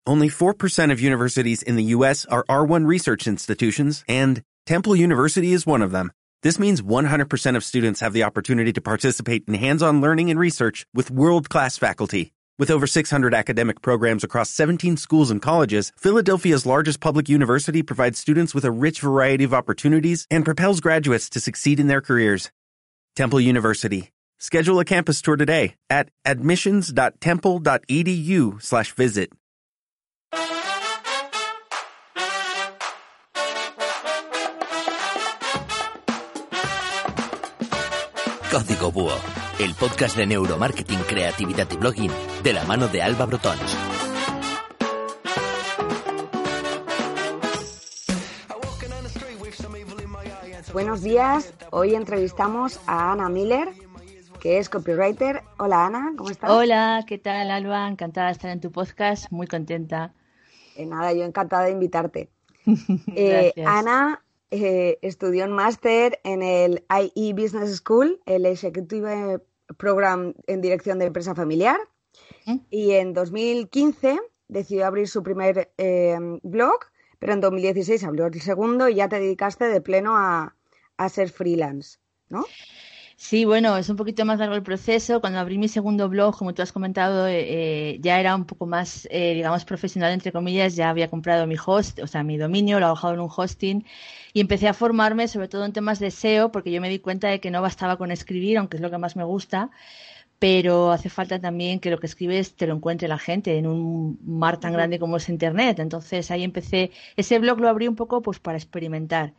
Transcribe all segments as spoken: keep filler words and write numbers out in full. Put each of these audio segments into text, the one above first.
Only four percent of universities in the U S are R one research institutions, and Temple University is one of them. This means one hundred percent of students have the opportunity to participate in hands-on learning and research with world-class faculty. With over six hundred academic programs across seventeen schools and colleges, Philadelphia's largest public university provides students with a rich variety of opportunities and propels graduates to succeed in their careers. Temple University. Schedule a campus tour today at admissions.temple.edu slash visit. Código Búho, el podcast de neuromarketing, creatividad y blogging de la mano de Alba Brotons. Buenos días, hoy entrevistamos a Ana Miller, que es copywriter. Hola Ana, ¿cómo estás? Hola, ¿qué tal Alba? Encantada de estar en tu podcast, muy contenta. Eh, nada, yo encantada de invitarte. eh, Ana eh, estudió un máster en el I E Business School, el Executive Program en Dirección de Empresa Familiar, ¿Mm? y en dos mil quince decidió abrir su primer eh, blog, pero en dos mil dieciséis abrió el segundo y ya te dedicaste de pleno a, a ser freelance, ¿no? Sí, bueno, es un poquito más largo el proceso. Cuando abrí mi segundo blog, como tú has comentado, eh, ya era un poco más, eh, digamos, profesional, entre comillas. Ya había comprado mi host, o sea, mi dominio, lo he bajado en un hosting y empecé a formarme sobre todo en temas de S E O, porque yo me di cuenta de que no bastaba con escribir, aunque es lo que más me gusta, pero hace falta también que lo que escribes te lo encuentre la gente en un mar tan grande como es Internet. Entonces ahí empecé, ese blog lo abrí un poco pues para experimentar.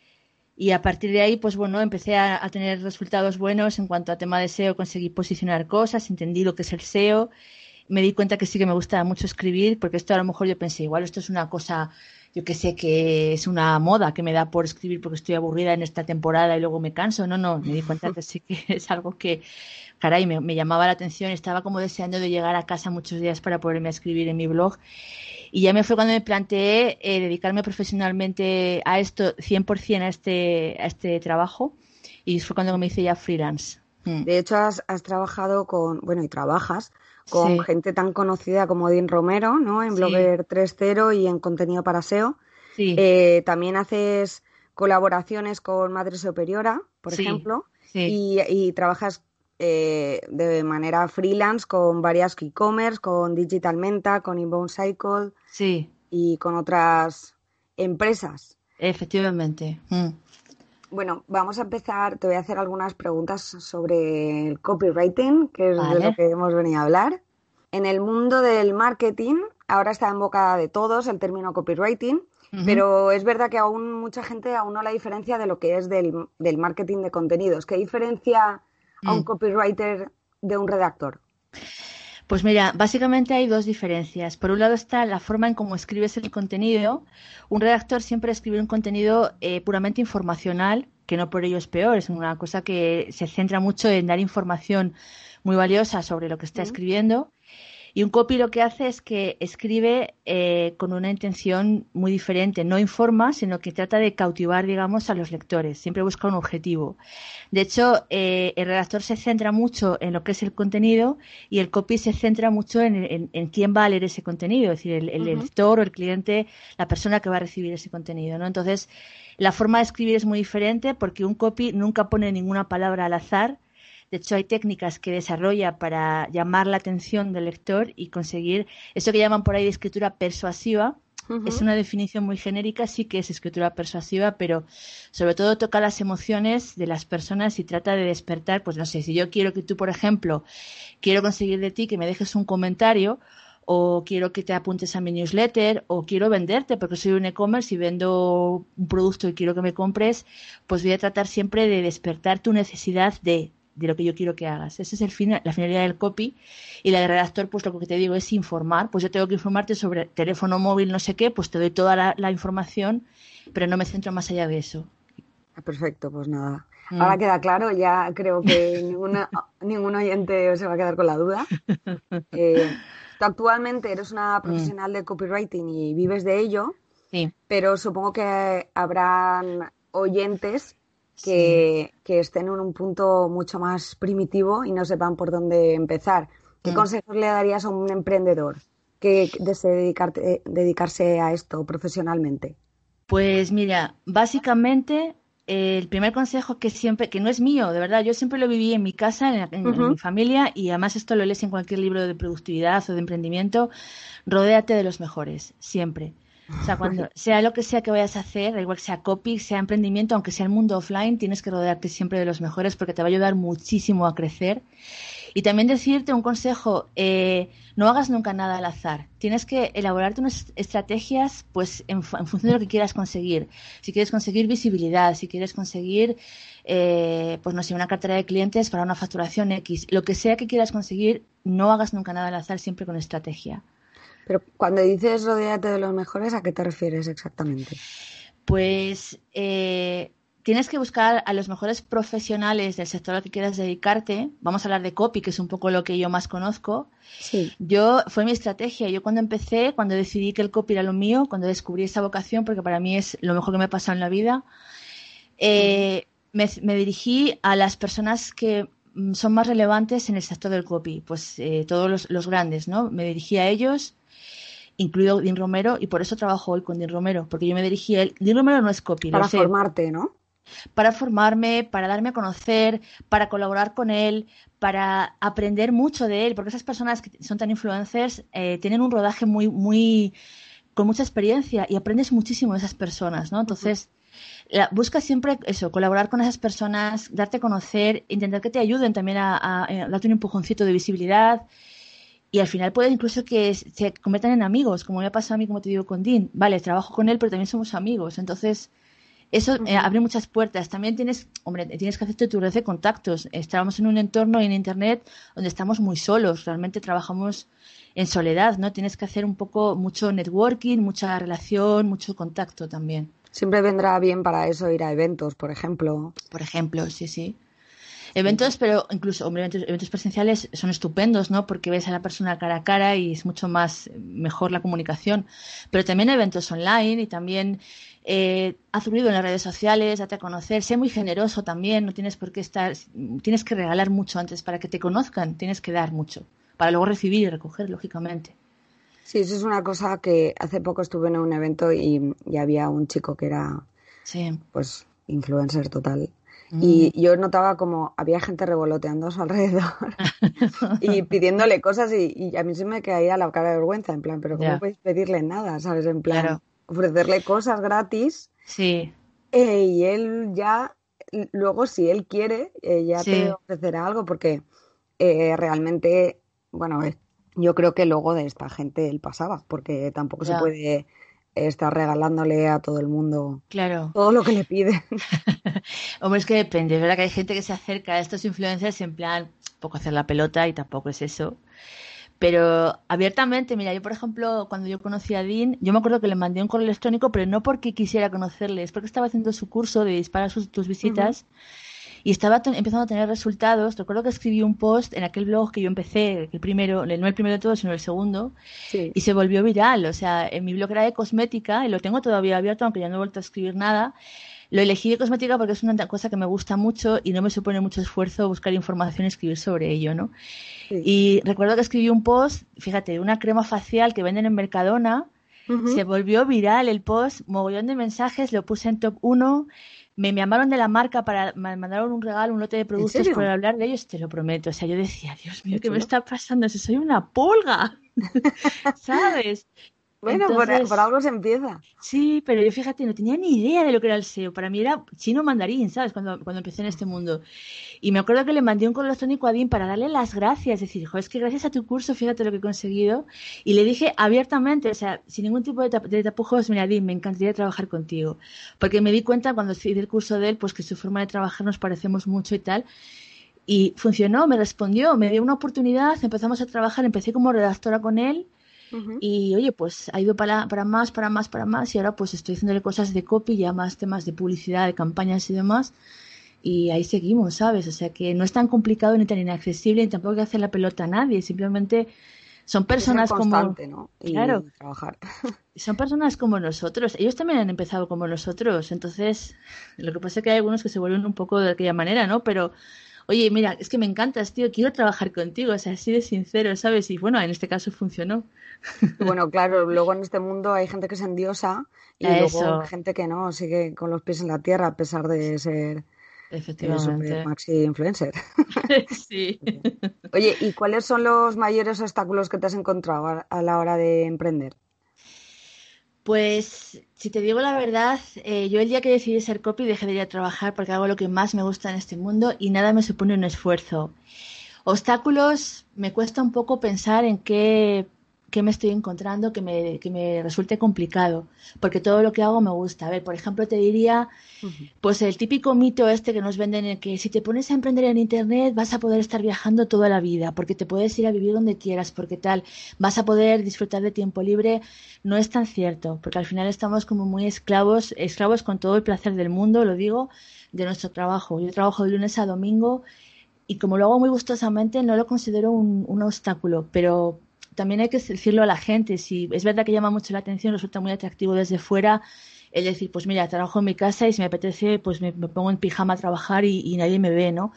Y a partir de ahí, pues bueno, empecé a, a tener resultados buenos en cuanto a tema de S E O, conseguí posicionar cosas, entendí lo que es el S E O, me di cuenta que sí que me gustaba mucho escribir, porque esto a lo mejor yo pensé, igual esto es una cosa, yo que sé, que es una moda que me da por escribir porque estoy aburrida en esta temporada y luego me canso. No, no, me di cuenta que sí que es algo que, caray, me, me llamaba la atención, estaba como deseando de llegar a casa muchos días para poderme escribir en mi blog. Y ya me fue cuando me planteé eh, dedicarme profesionalmente a esto, cien por ciento a este, a este trabajo, y fue cuando me hice ya freelance. Mm. De hecho, has, has trabajado con, bueno, y trabajas con sí. gente tan conocida como Dean Romero, ¿no? En sí. Blogger tres punto cero y en contenido para S E O. Sí. Eh, también haces colaboraciones con Madre Superiora, por sí. ejemplo, sí. Y, y trabajas Eh, de manera freelance con varias e-commerce, con Digital Menta, con Inbound Cycle sí. y con otras empresas. Efectivamente. Mm. Bueno, vamos a empezar. Te voy a hacer algunas preguntas sobre el copywriting, que es vale. de lo que hemos venido a hablar. En el mundo del marketing, ahora está en boca de todos el término copywriting, uh-huh. pero es verdad que aún mucha gente aún no la diferencia de lo que es del, del marketing de contenidos. ¿Qué diferencia a un copywriter de un redactor? Pues mira, básicamente hay dos diferencias. Por un lado está la forma en cómo escribes el contenido. Un redactor siempre escribe un contenido eh, puramente informacional, que no por ello es peor. Es una cosa que se centra mucho en dar información muy valiosa sobre lo que está ¿Sí? escribiendo. Y un copy lo que hace es que escribe eh, con una intención muy diferente. No informa, sino que trata de cautivar, digamos, a los lectores. Siempre busca un objetivo. De hecho, eh, el redactor se centra mucho en lo que es el contenido y el copy se centra mucho en, en, en quién va a leer ese contenido. Es decir, el, el uh-huh. lector o el cliente, la persona que va a recibir ese contenido, ¿no? Entonces, la forma de escribir es muy diferente porque un copy nunca pone ninguna palabra al azar. De hecho, hay técnicas que desarrolla para llamar la atención del lector y conseguir eso que llaman por ahí de escritura persuasiva. Uh-huh. Es una definición muy genérica, sí que es escritura persuasiva, pero sobre todo toca las emociones de las personas y trata de despertar, pues no sé, si yo quiero que tú, por ejemplo, quiero conseguir de ti que me dejes un comentario, o quiero que te apuntes a mi newsletter, o quiero venderte porque soy un e-commerce y vendo un producto y quiero que me compres, pues voy a tratar siempre de despertar tu necesidad de... de lo que yo quiero que hagas. Esa es el fin, la finalidad del copy. Y la de redactor, pues lo que te digo es informar. Pues yo tengo que informarte sobre teléfono móvil, no sé qué, pues te doy toda la, la información, pero no me centro más allá de eso. Perfecto, pues nada. Mm. Ahora queda claro, ya creo que ninguna, ningún oyente se va a quedar con la duda. Eh, tú actualmente eres una profesional mm. de copywriting y vives de ello, sí. pero supongo que habrán oyentes Que, sí. que estén en un punto mucho más primitivo y no sepan por dónde empezar. ¿Qué mm. consejos le darías a un emprendedor? que desee dedicarte, dedicarse a esto profesionalmente? Pues mira, básicamente eh, el primer consejo que siempre, que no es mío, de verdad, yo siempre lo viví en mi casa, en, en, uh-huh. en mi familia, y además esto lo lees en cualquier libro de productividad o de emprendimiento, rodéate de los mejores, siempre. O sea, cuando sea lo que sea que vayas a hacer, igual que sea copy, sea emprendimiento, aunque sea el mundo offline, tienes que rodearte siempre de los mejores porque te va a ayudar muchísimo a crecer. Y también decirte un consejo, eh, no hagas nunca nada al azar. Tienes que elaborarte unas estrategias pues en, en función de lo que quieras conseguir. Si quieres conseguir visibilidad, si quieres conseguir, eh, pues no sé, una cartera de clientes para una facturación X, lo que sea que quieras conseguir, no hagas nunca nada al azar, siempre con estrategia. Pero cuando dices rodéate de los mejores, ¿a qué te refieres exactamente? Pues eh, tienes que buscar a los mejores profesionales del sector al que quieras dedicarte. Vamos a hablar de copy, que es un poco lo que yo más conozco. Sí. Yo, fue mi estrategia. Yo cuando empecé, cuando decidí que el copy era lo mío, cuando descubrí esa vocación, porque para mí es lo mejor que me ha pasado en la vida, eh, uh-huh. me, me dirigí a las personas que son más relevantes en el sector del copy. Pues eh, todos los, los grandes, ¿no? Me dirigí a ellos, incluido Dean Romero, y por eso trabajo hoy con Dean Romero, porque yo me dirigí a él. Dean Romero no es copy, para lo sé. formarte, ¿no? Para formarme, para darme a conocer, para colaborar con él, para aprender mucho de él, porque esas personas que son tan influencers eh, tienen un rodaje muy, muy, con mucha experiencia y aprendes muchísimo de esas personas, ¿no? Entonces, uh-huh. la, busca siempre eso, colaborar con esas personas, darte a conocer, intentar que te ayuden también a, a, a darte un empujoncito de visibilidad. Y al final puede incluso que se conviertan en amigos, como me ha pasado a mí, como te digo, con Dean. Vale, trabajo con él, pero también somos amigos. Entonces, eso eh, abre muchas puertas. También tienes, hombre, tienes que hacerte tu red de contactos. Estábamos en un entorno en Internet donde estamos muy solos. Realmente trabajamos en soledad, ¿no? Tienes que hacer un poco, mucho networking, mucha relación, mucho contacto también. Siempre vendrá bien para eso ir a eventos, por ejemplo. Por ejemplo, sí, sí. Eventos, pero incluso, hombre, eventos, eventos presenciales son estupendos, ¿no? Porque ves a la persona cara a cara y es mucho más mejor la comunicación. Pero también eventos online y también eh, haz ruido en las redes sociales, date a conocer, sé muy generoso también, no tienes por qué estar, tienes que regalar mucho antes para que te conozcan, tienes que dar mucho, para luego recibir y recoger, lógicamente. Sí, eso es una cosa que hace poco estuve en un evento y, y había un chico que era, sí. pues, influencer total. Y yo notaba como había gente revoloteando a su alrededor y pidiéndole cosas y, y a mí se me caía la cara de vergüenza, en plan, pero ¿cómo yeah. podéis pedirle nada? ¿Sabes? En plan, claro. ofrecerle cosas gratis. Sí. Eh, y él ya, luego si él quiere, eh, ya sí. te ofrecerá algo porque eh, realmente, bueno, eh, yo creo que luego de esta gente él pasaba, porque tampoco yeah. se puede estar regalándole a todo el mundo claro. todo lo que le piden. Hombre, es que depende, es verdad que hay gente que se acerca a estos influencers en plan, un poco hacer la pelota y tampoco es eso. Pero abiertamente, mira, yo por ejemplo, cuando yo conocí a Dean, yo me acuerdo que le mandé un correo electrónico, pero no porque quisiera conocerle, es porque estaba haciendo su curso de disparar sus, tus visitas uh-huh. y estaba t- empezando a tener resultados. Recuerdo que escribí un post en aquel blog que yo empecé, el primero, no el primero de todos, sino el segundo, sí. y se volvió viral. O sea, en mi blog era de cosmética y lo tengo todavía abierto, aunque ya no he vuelto a escribir nada. Lo elegí de cosmética porque es una cosa que me gusta mucho y no me supone mucho esfuerzo buscar información y escribir sobre ello, ¿no? Sí. Y recuerdo que escribí un post, fíjate, una crema facial que venden en Mercadona, uh-huh. se volvió viral el post, mogollón de mensajes, lo puse en top uno, me llamaron de la marca para, me mandaron un regalo, un lote de productos para hablar de ellos, te lo prometo. O sea, yo decía, Dios mío, ¿qué me está pasando? Si soy una pulga, ¿sabes? Bueno, Entonces, por, por algo se empieza. Sí, pero yo fíjate, no tenía ni idea de lo que era el S E O. Para mí era chino mandarín, ¿sabes? Cuando, cuando empecé en este mundo. Y me acuerdo que le mandé un correo electrónico a Dean para darle las gracias. Es decir, joder, es que gracias a tu curso, fíjate lo que he conseguido. Y le dije abiertamente, o sea, sin ningún tipo de, tap- de tapujos, mira, Dean, me encantaría trabajar contigo. Porque me di cuenta cuando hice el curso de él, pues que su forma de trabajar nos parecemos mucho y tal. Y funcionó, me respondió, me dio una oportunidad, empezamos a trabajar, empecé como redactora con él. Uh-huh. Y oye, pues ha ido para, para más, para más, para más y ahora pues estoy haciéndole cosas de copy, ya más temas de publicidad, de campañas y demás y ahí seguimos, ¿sabes? O sea que no es tan complicado ni tan inaccesible ni tampoco hay que hacer la pelota a nadie, simplemente son personas ser constante, como... ¿no? Y claro, trabajar. Son personas como nosotros, ellos también han empezado como nosotros, entonces lo que pasa es que hay algunos que se vuelven un poco de aquella manera, ¿no? Pero Oye, mira, es que me encantas, tío, quiero trabajar contigo, o sea, así de sincero, ¿sabes? Y bueno, en este caso funcionó. Bueno, claro, luego en este mundo hay gente que se endiosa y luego Eso, gente que no, sigue con los pies en la tierra a pesar de ser eh, super efectivamente. maxi influencer. Sí. Oye, ¿y cuáles son los mayores obstáculos que te has encontrado a, a la hora de emprender? Pues, si te digo la verdad, eh, yo el día que decidí ser copy dejé de ir a trabajar porque hago lo que más me gusta en este mundo y nada me supone un esfuerzo. Obstáculos, me cuesta un poco pensar en qué, qué me estoy encontrando que me, que me resulte complicado, porque todo lo que hago me gusta. A ver, por ejemplo, te diría, Ujú. pues el típico mito este que nos venden en que si te pones a emprender en Internet vas a poder estar viajando toda la vida, porque te puedes ir a vivir donde quieras, porque tal, vas a poder disfrutar de tiempo libre. No es tan cierto, porque al final estamos como muy esclavos, esclavos con todo el placer del mundo, lo digo, de nuestro trabajo. Yo trabajo de lunes a domingo y como lo hago muy gustosamente, no lo considero un, un obstáculo, pero también hay que decirlo a la gente. Si es verdad que llama mucho la atención, resulta muy atractivo desde fuera el decir, pues mira, trabajo en mi casa y si me apetece, pues me, me pongo en pijama a trabajar y, y nadie me ve, ¿no?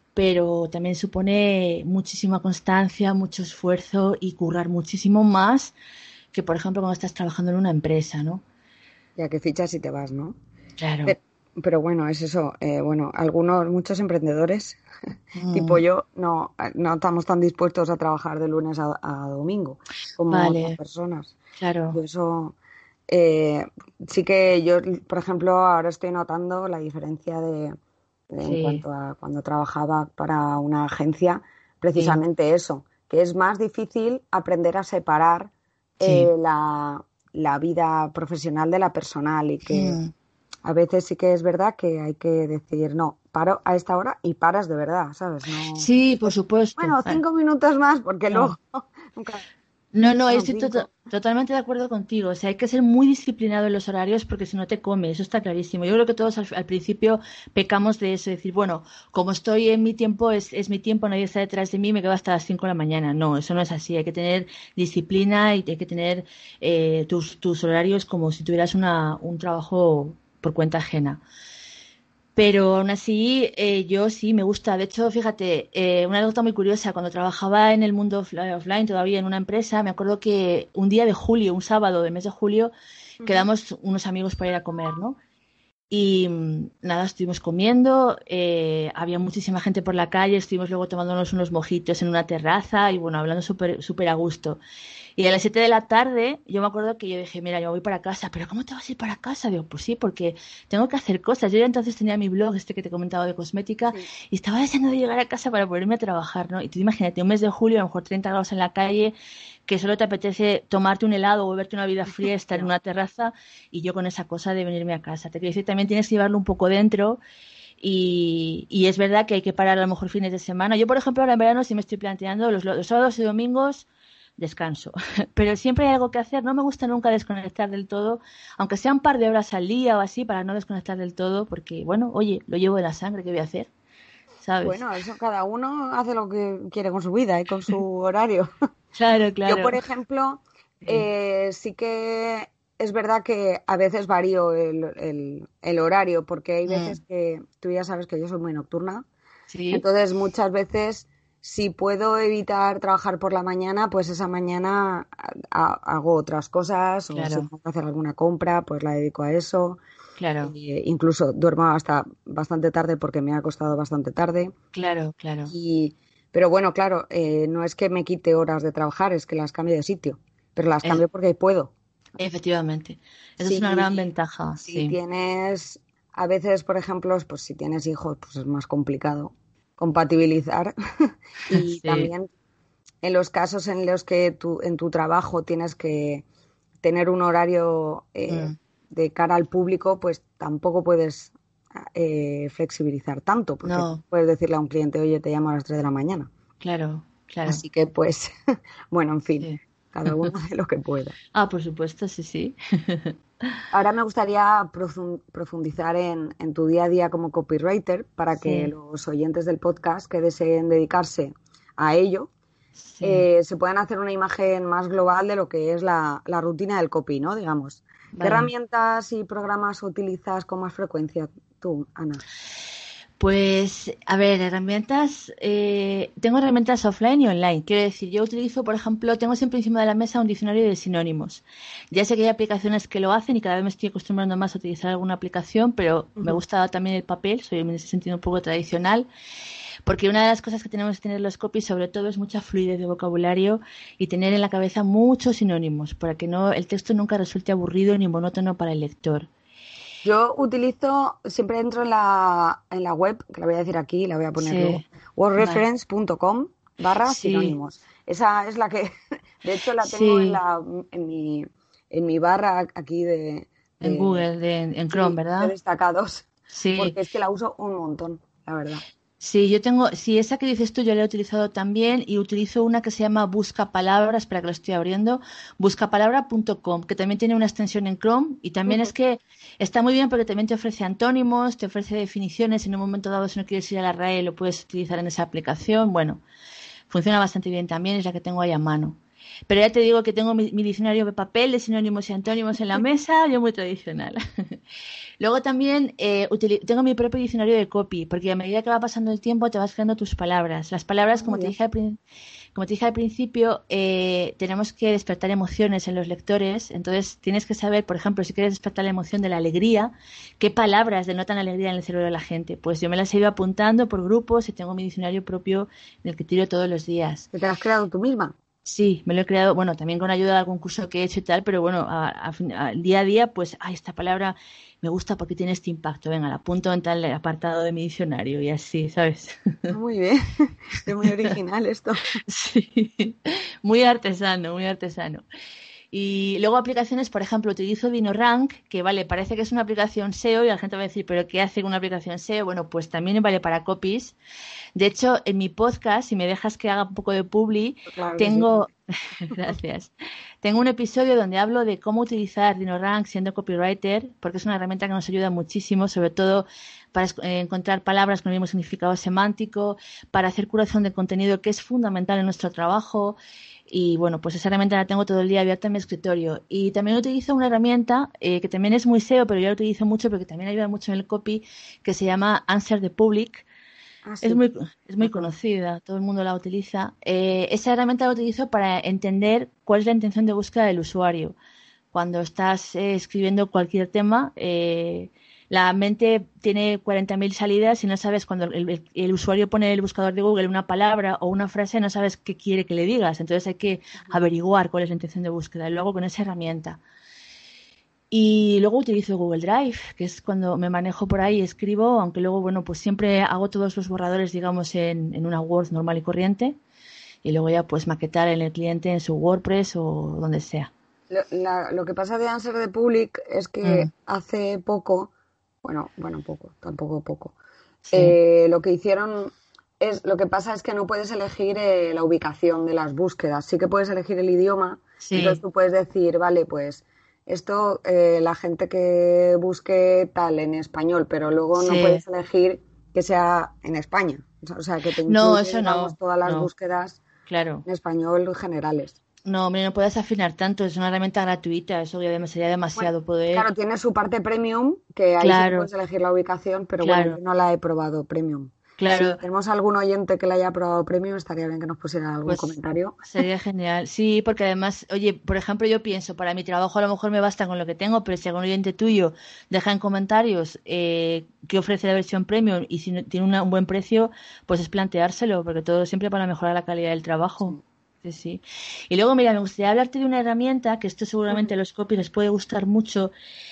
Pero también supone muchísima constancia, mucho esfuerzo y currar muchísimo más que, por ejemplo, cuando estás trabajando en una empresa, ¿no? Ya que fichas y te vas, ¿no? Claro. Pero, pero bueno, es eso. Eh, bueno, algunos, muchos emprendedores, tipo Mm, yo, no, no estamos tan dispuestos a trabajar de lunes a, a domingo como otras vale, personas. claro. Yo eso, eh, sí que yo, por ejemplo, ahora estoy notando la diferencia de, de en Sí, cuanto a cuando trabajaba para una agencia, sí, precisamente eso, que es más difícil aprender a separar sí. eh, la, la vida profesional de la personal y que Mm. a veces sí que es verdad que hay que decir, no, paro a esta hora y paras de verdad, ¿sabes? No, Sí, por pues, supuesto. bueno, Ah, cinco minutos más porque luego no. nunca No, no, son estoy to- cinco. totalmente de acuerdo contigo. O sea, hay que ser muy disciplinado en los horarios porque si no te come, eso está clarísimo. Yo creo que todos al, al principio pecamos de eso, decir, bueno, como estoy en mi tiempo, es, es mi tiempo, nadie está detrás de mí, me quedo hasta las cinco de la mañana. No, eso no es así. Hay que tener disciplina y hay que tener eh, tus, tus horarios como si tuvieras una, un trabajo por cuenta ajena. Pero aún así, eh, yo sí me gusta. De hecho, fíjate, eh, una anécdota muy curiosa. Cuando trabajaba en el mundo offli- offline, todavía en una empresa, me acuerdo que un día de julio, un sábado del mes de julio, Ujú. quedamos unos amigos para ir a comer, ¿no? Y mm, nada, estuvimos comiendo, eh, había muchísima gente por la calle, estuvimos luego tomándonos unos mojitos en una terraza y bueno, hablando súper súper a gusto. Y a las siete de la tarde, yo me acuerdo que yo dije, mira, yo voy para casa, pero ¿cómo te vas a ir para casa? Digo, pues sí, porque tengo que hacer cosas. Yo ya entonces tenía mi blog, este que te he comentado de cosmética, Sí. y estaba deseando de llegar a casa para ponerme a trabajar, ¿no? Y tú imagínate, un mes de julio, a lo mejor treinta grados en la calle, que solo te apetece tomarte un helado o beberte una vida fría, estar en Ya. una terraza, y yo con esa cosa de venirme a casa. Te quiero decir, también tienes que llevarlo un poco dentro. Y, y es verdad que hay que parar a lo mejor fines de semana. Yo, por ejemplo, ahora en verano sí me estoy planteando los, los sábados y domingos descanso. Pero siempre hay algo que hacer. No me gusta nunca desconectar del todo, aunque sea un par de horas al día o así, para no desconectar del todo, porque, bueno, oye, lo llevo en la sangre, ¿qué voy a hacer? ¿Sabes? Bueno, eso cada uno hace lo que quiere con su vida y con su horario. Claro, Yo, claro. por ejemplo, Sí. eh, sí que es verdad que a veces varío el, el- el horario, porque hay veces Mm, que tú ya sabes que yo soy muy nocturna, sí, entonces muchas veces si puedo evitar trabajar por la mañana, pues esa mañana ha- hago otras cosas o si claro, tengo que hacer alguna compra, pues la dedico a eso. claro, Eh, incluso duermo hasta bastante tarde porque me ha acostado bastante tarde. claro, claro. Y, pero bueno, claro, eh, no es que me quite horas de trabajar, es que las cambio de sitio, pero las Es- cambio porque puedo. efectivamente. Eso es una gran Si, ventaja, si sí. tienes, a veces, por ejemplo, pues si tienes hijos, pues es más complicado compatibilizar. Y Sí. también en los casos en los que tú, en tu trabajo tienes que tener un horario eh, Mm, de cara al público, pues tampoco puedes eh, flexibilizar tanto, porque no, puedes decirle a un cliente, oye, te llamo a las tres de la mañana. claro, claro. Así que, pues, bueno, en fin, Sí. cada uno hace lo que pueda. Ah, por supuesto, sí, sí. Ahora me gustaría profun- profundizar en, en tu día a día como copywriter para que Sí, los oyentes del podcast que deseen dedicarse a ello sí. eh, se puedan hacer una imagen más global de lo que es la, la rutina del copy, ¿no? Digamos. ¿Qué Vale. herramientas y programas utilizas con más frecuencia tú, Ana? Pues, a ver, herramientas, eh, tengo herramientas offline y online. Quiero decir, yo utilizo, por ejemplo, tengo siempre encima de la mesa un diccionario de sinónimos. Ya sé que hay aplicaciones que lo hacen y cada vez me estoy acostumbrando más a utilizar alguna aplicación, pero uh-huh. me gusta también el papel, soy en ese sentido un poco tradicional. Porque una de las cosas que tenemos que tener los copies, sobre todo, es mucha fluidez de vocabulario y tener en la cabeza muchos sinónimos para que no el texto nunca resulte aburrido ni monótono para el lector. Yo utilizo, siempre entro en la, en la web, que la voy a decir aquí, la voy a poner sí. luego, wordreference punto com barra sí. sinónimos. Esa es la que, de hecho, la tengo sí. en, la, en, mi, en mi barra aquí de... de en Google, de, en Chrome, sí, ¿verdad? De destacados. Sí. Porque es que la uso un montón, la verdad. Sí, yo tengo, sí, esa que dices tú yo la he utilizado también y utilizo una que se llama Busca Palabras, espera que lo estoy abriendo, busca palabra punto com, que también tiene una extensión en Chrome y también uh-huh. es que está muy bien porque también te ofrece antónimos, te ofrece definiciones, en un momento dado si no quieres ir a la R A E lo puedes utilizar en esa aplicación, bueno, funciona bastante bien también, es la que tengo ahí a mano. Pero ya te digo que tengo mi, mi diccionario de papel de sinónimos y antónimos en la mesa, yo muy tradicional. Luego también eh, utilizo, tengo mi propio diccionario de copy, porque a medida que va pasando el tiempo te vas creando tus palabras. Las palabras, como te dije al, como te dije al principio, eh, tenemos que despertar emociones en los lectores. Entonces tienes que saber, por ejemplo, si quieres despertar la emoción de la alegría, qué palabras denotan alegría en el cerebro de la gente. Pues yo me las he ido apuntando por grupos y tengo mi diccionario propio en el que tiro todos los días. ¿Te has creado tú misma? Sí, me lo he creado, bueno, también con ayuda de algún curso que he hecho y tal, pero bueno, al día a día, pues, ay, esta palabra me gusta porque tiene este impacto, venga, la apunto en tal apartado de mi diccionario y así, ¿sabes? Muy bien, es muy original esto. Sí, muy artesano, muy artesano. Y luego aplicaciones, por ejemplo, utilizo DinoRank, que vale, parece que es una aplicación S E O y la gente va a decir, ¿pero qué hace una aplicación S E O? Bueno, pues también vale para copies. De hecho, en mi podcast, si me dejas que haga un poco de publi, claro, tengo... Sí. Gracias. Tengo un episodio donde hablo de cómo utilizar DinoRank siendo copywriter, porque es una herramienta que nos ayuda muchísimo, sobre todo para encontrar palabras con el mismo significado semántico, para hacer curación de contenido, que es fundamental en nuestro trabajo. Y bueno, pues esa herramienta la tengo todo el día abierta en mi escritorio. Y también utilizo una herramienta eh, que también es muy S E O, pero yo la utilizo mucho porque también ayuda mucho en el copy, que se llama Answer the Public. Ah, sí. Es muy, es muy conocida, todo el mundo la utiliza. Eh, esa herramienta la utilizo para entender cuál es la intención de búsqueda del usuario. Cuando estás eh, escribiendo cualquier tema, eh, la mente tiene cuarenta mil salidas y no sabes, cuando el, el, el usuario pone en el buscador de Google una palabra o una frase, no sabes qué quiere que le digas. Entonces hay que averiguar cuál es la intención de búsqueda y luego con esa herramienta. Y luego utilizo Google Drive, que es cuando me manejo por ahí y escribo, aunque luego, bueno, pues siempre hago todos los borradores, digamos, en, en una Word normal y corriente y luego ya pues maquetar en el cliente en su WordPress o donde sea. Lo, la, lo que pasa de Answer the Public es que mm. hace poco, bueno, bueno, poco, tampoco poco, sí. eh, lo que hicieron es, lo que pasa es que no puedes elegir eh, la ubicación de las búsquedas, sí que puedes elegir el idioma, sí. Entonces tú puedes decir, vale, pues esto, eh, la gente que busque tal en español, pero luego sí. no puedes elegir que sea en España. O sea, que te incluye, no, eso digamos, no, todas las no. búsquedas claro. en español generales. No, hombre, no puedes afinar tanto, es una herramienta gratuita, eso ya sería demasiado bueno, poder. Claro, tiene su parte premium, que ahí claro. sí puedes elegir la ubicación, pero claro. bueno, yo no la he probado premium. Claro. Si tenemos algún oyente que la haya probado premium, estaría bien que nos pusiera algún pues comentario. Sería genial. Sí, porque además, oye, por ejemplo, yo pienso, para mi trabajo a lo mejor me basta con lo que tengo, pero si algún oyente tuyo deja en comentarios eh, qué ofrece la versión premium y si no, tiene una, un buen precio, pues es planteárselo, porque todo siempre para mejorar la calidad del trabajo. Sí. Sí, sí. Y luego, mira, me gustaría hablarte de una herramienta que esto seguramente a los copies les puede gustar mucho,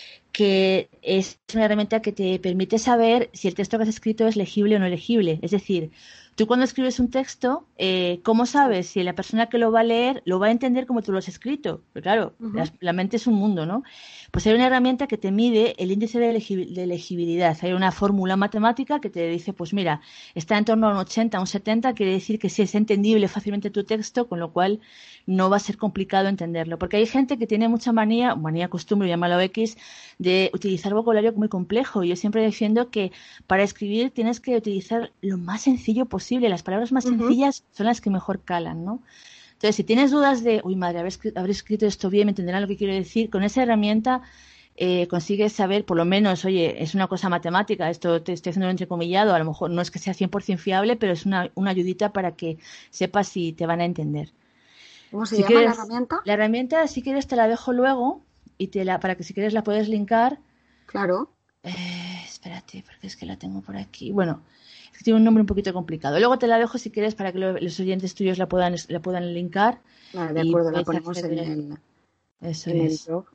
que es una herramienta que te permite saber si el texto que has escrito es legible o no legible. Es decir, tú cuando escribes un texto, eh, ¿cómo sabes si la persona que lo va a leer lo va a entender como tú lo has escrito? Pero claro, uh-huh. la, la mente es un mundo, ¿no? Pues hay una herramienta que te mide el índice de, elegi- de legibilidad. Hay una fórmula matemática que te dice, pues mira, está en torno a un ochenta, a un setenta, quiere decir que sí es entendible fácilmente tu texto, con lo cual no va a ser complicado entenderlo. Porque hay gente que tiene mucha manía, manía costumbre, llámalo X, de utilizar vocabulario muy complejo. Yo siempre defiendo que para escribir tienes que utilizar lo más sencillo posible. Las palabras más uh-huh. sencillas son las que mejor calan, ¿no? Entonces, si tienes dudas de, uy, madre, habré escrito, habré escrito esto bien, me entenderán lo que quiero decir, con esa herramienta eh, consigues saber, por lo menos, oye, es una cosa matemática, esto te estoy haciendo un entrecomillado, a lo mejor no es que sea cien por ciento fiable, pero es una, una ayudita para que sepas si te van a entender. ¿Cómo se Si llama quieres, la herramienta? La herramienta, si quieres, te la dejo luego y te la, para que si quieres la puedes linkar. Claro. Eh, espérate, porque es que la tengo por aquí. Bueno, es que tiene un nombre un poquito complicado. Luego te la dejo si quieres para que lo, los oyentes tuyos la puedan, la puedan linkar. Vale, de y acuerdo, la puedes ponemos acceder. en el, Eso en el es. blog.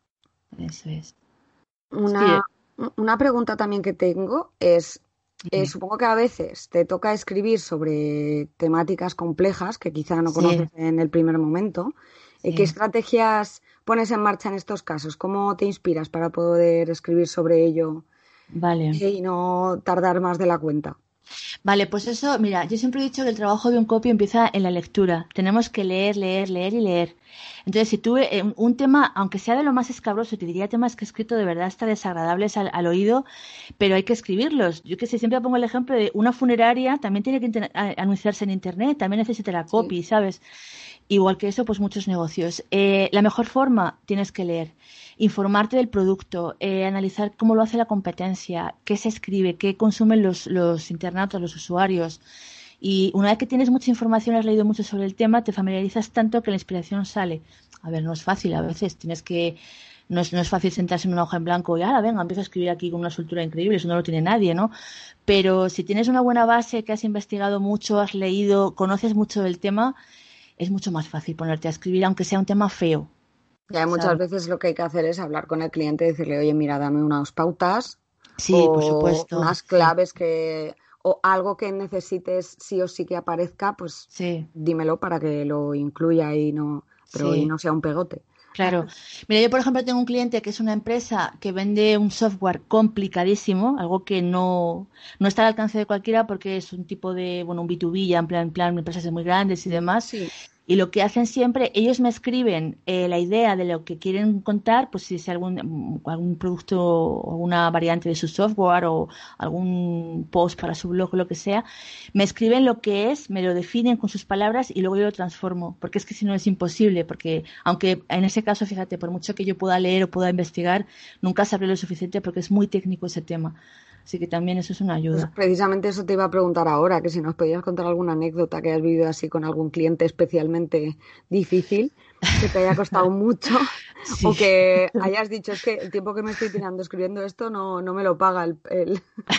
Eso es. Una, Sí, una pregunta también que tengo es, eh, dime. supongo que a veces te toca escribir sobre temáticas complejas que quizá no Sí, conoces en el primer momento. Eh, ¿Qué sí. estrategias pones en marcha en estos casos? ¿Cómo te inspiras para poder escribir sobre ello Vale. eh, y no tardar más de la cuenta? Vale, pues eso, mira, yo siempre he dicho que el trabajo de un copy empieza en la lectura. Tenemos que leer, leer, leer y leer. Entonces, si tú eh, un tema, aunque sea de lo más escabroso, te diría temas que he escrito de verdad hasta desagradables al, al oído, pero hay que escribirlos. Yo que sé, siempre pongo el ejemplo de una funeraria, también tiene que inter- a- anunciarse en internet, también necesita la Sí. copy, ¿sabes? Igual que eso, pues muchos negocios. Eh, la mejor forma tienes que leer, informarte del producto, eh, analizar cómo lo hace la competencia, qué se escribe, qué consumen los, los internautas, los usuarios. Y una vez que tienes mucha información, has leído mucho sobre el tema, te familiarizas tanto que la inspiración sale. A ver, no es fácil, a veces tienes que... No es, no es fácil sentarse en una hoja en blanco y, ah, venga, empiezo a escribir aquí con una soltura increíble, eso no lo tiene nadie, ¿no? Pero si tienes una buena base, que has investigado mucho, has leído, conoces mucho del tema, es mucho más fácil ponerte a escribir, aunque sea un tema feo, Ya muchas ¿sabes? veces lo que hay que hacer es hablar con el cliente y decirle, oye, mira, dame unas pautas Sí, por o supuesto, unas sí, claves que, o algo que necesites sí o sí que aparezca, pues sí, dímelo para que lo incluya y no, pero y sí, no sea un pegote. claro. Mira, yo por ejemplo tengo un cliente que es una empresa que vende un software complicadísimo, algo que no, no está al alcance de cualquiera porque es un tipo de, bueno, un B dos B, ya en plan, en plan empresas muy grandes y demás. Sí, Y lo que hacen siempre, ellos me escriben eh, la idea de lo que quieren contar, pues si es algún, algún producto o alguna variante de su software o algún post para su blog o lo que sea, me escriben lo que es, me lo definen con sus palabras y luego yo lo transformo, porque es que si no es imposible, porque aunque en ese caso, fíjate, por mucho que yo pueda leer o pueda investigar, nunca sabré lo suficiente porque es muy técnico ese tema. Así que también eso es una pues ayuda. precisamente eso te iba a preguntar ahora, que si nos podías contar alguna anécdota que hayas vivido así con algún cliente especialmente difícil, que te haya costado mucho, o Sí. que hayas dicho, es que el tiempo que me estoy tirando escribiendo esto no, no me lo paga el, el-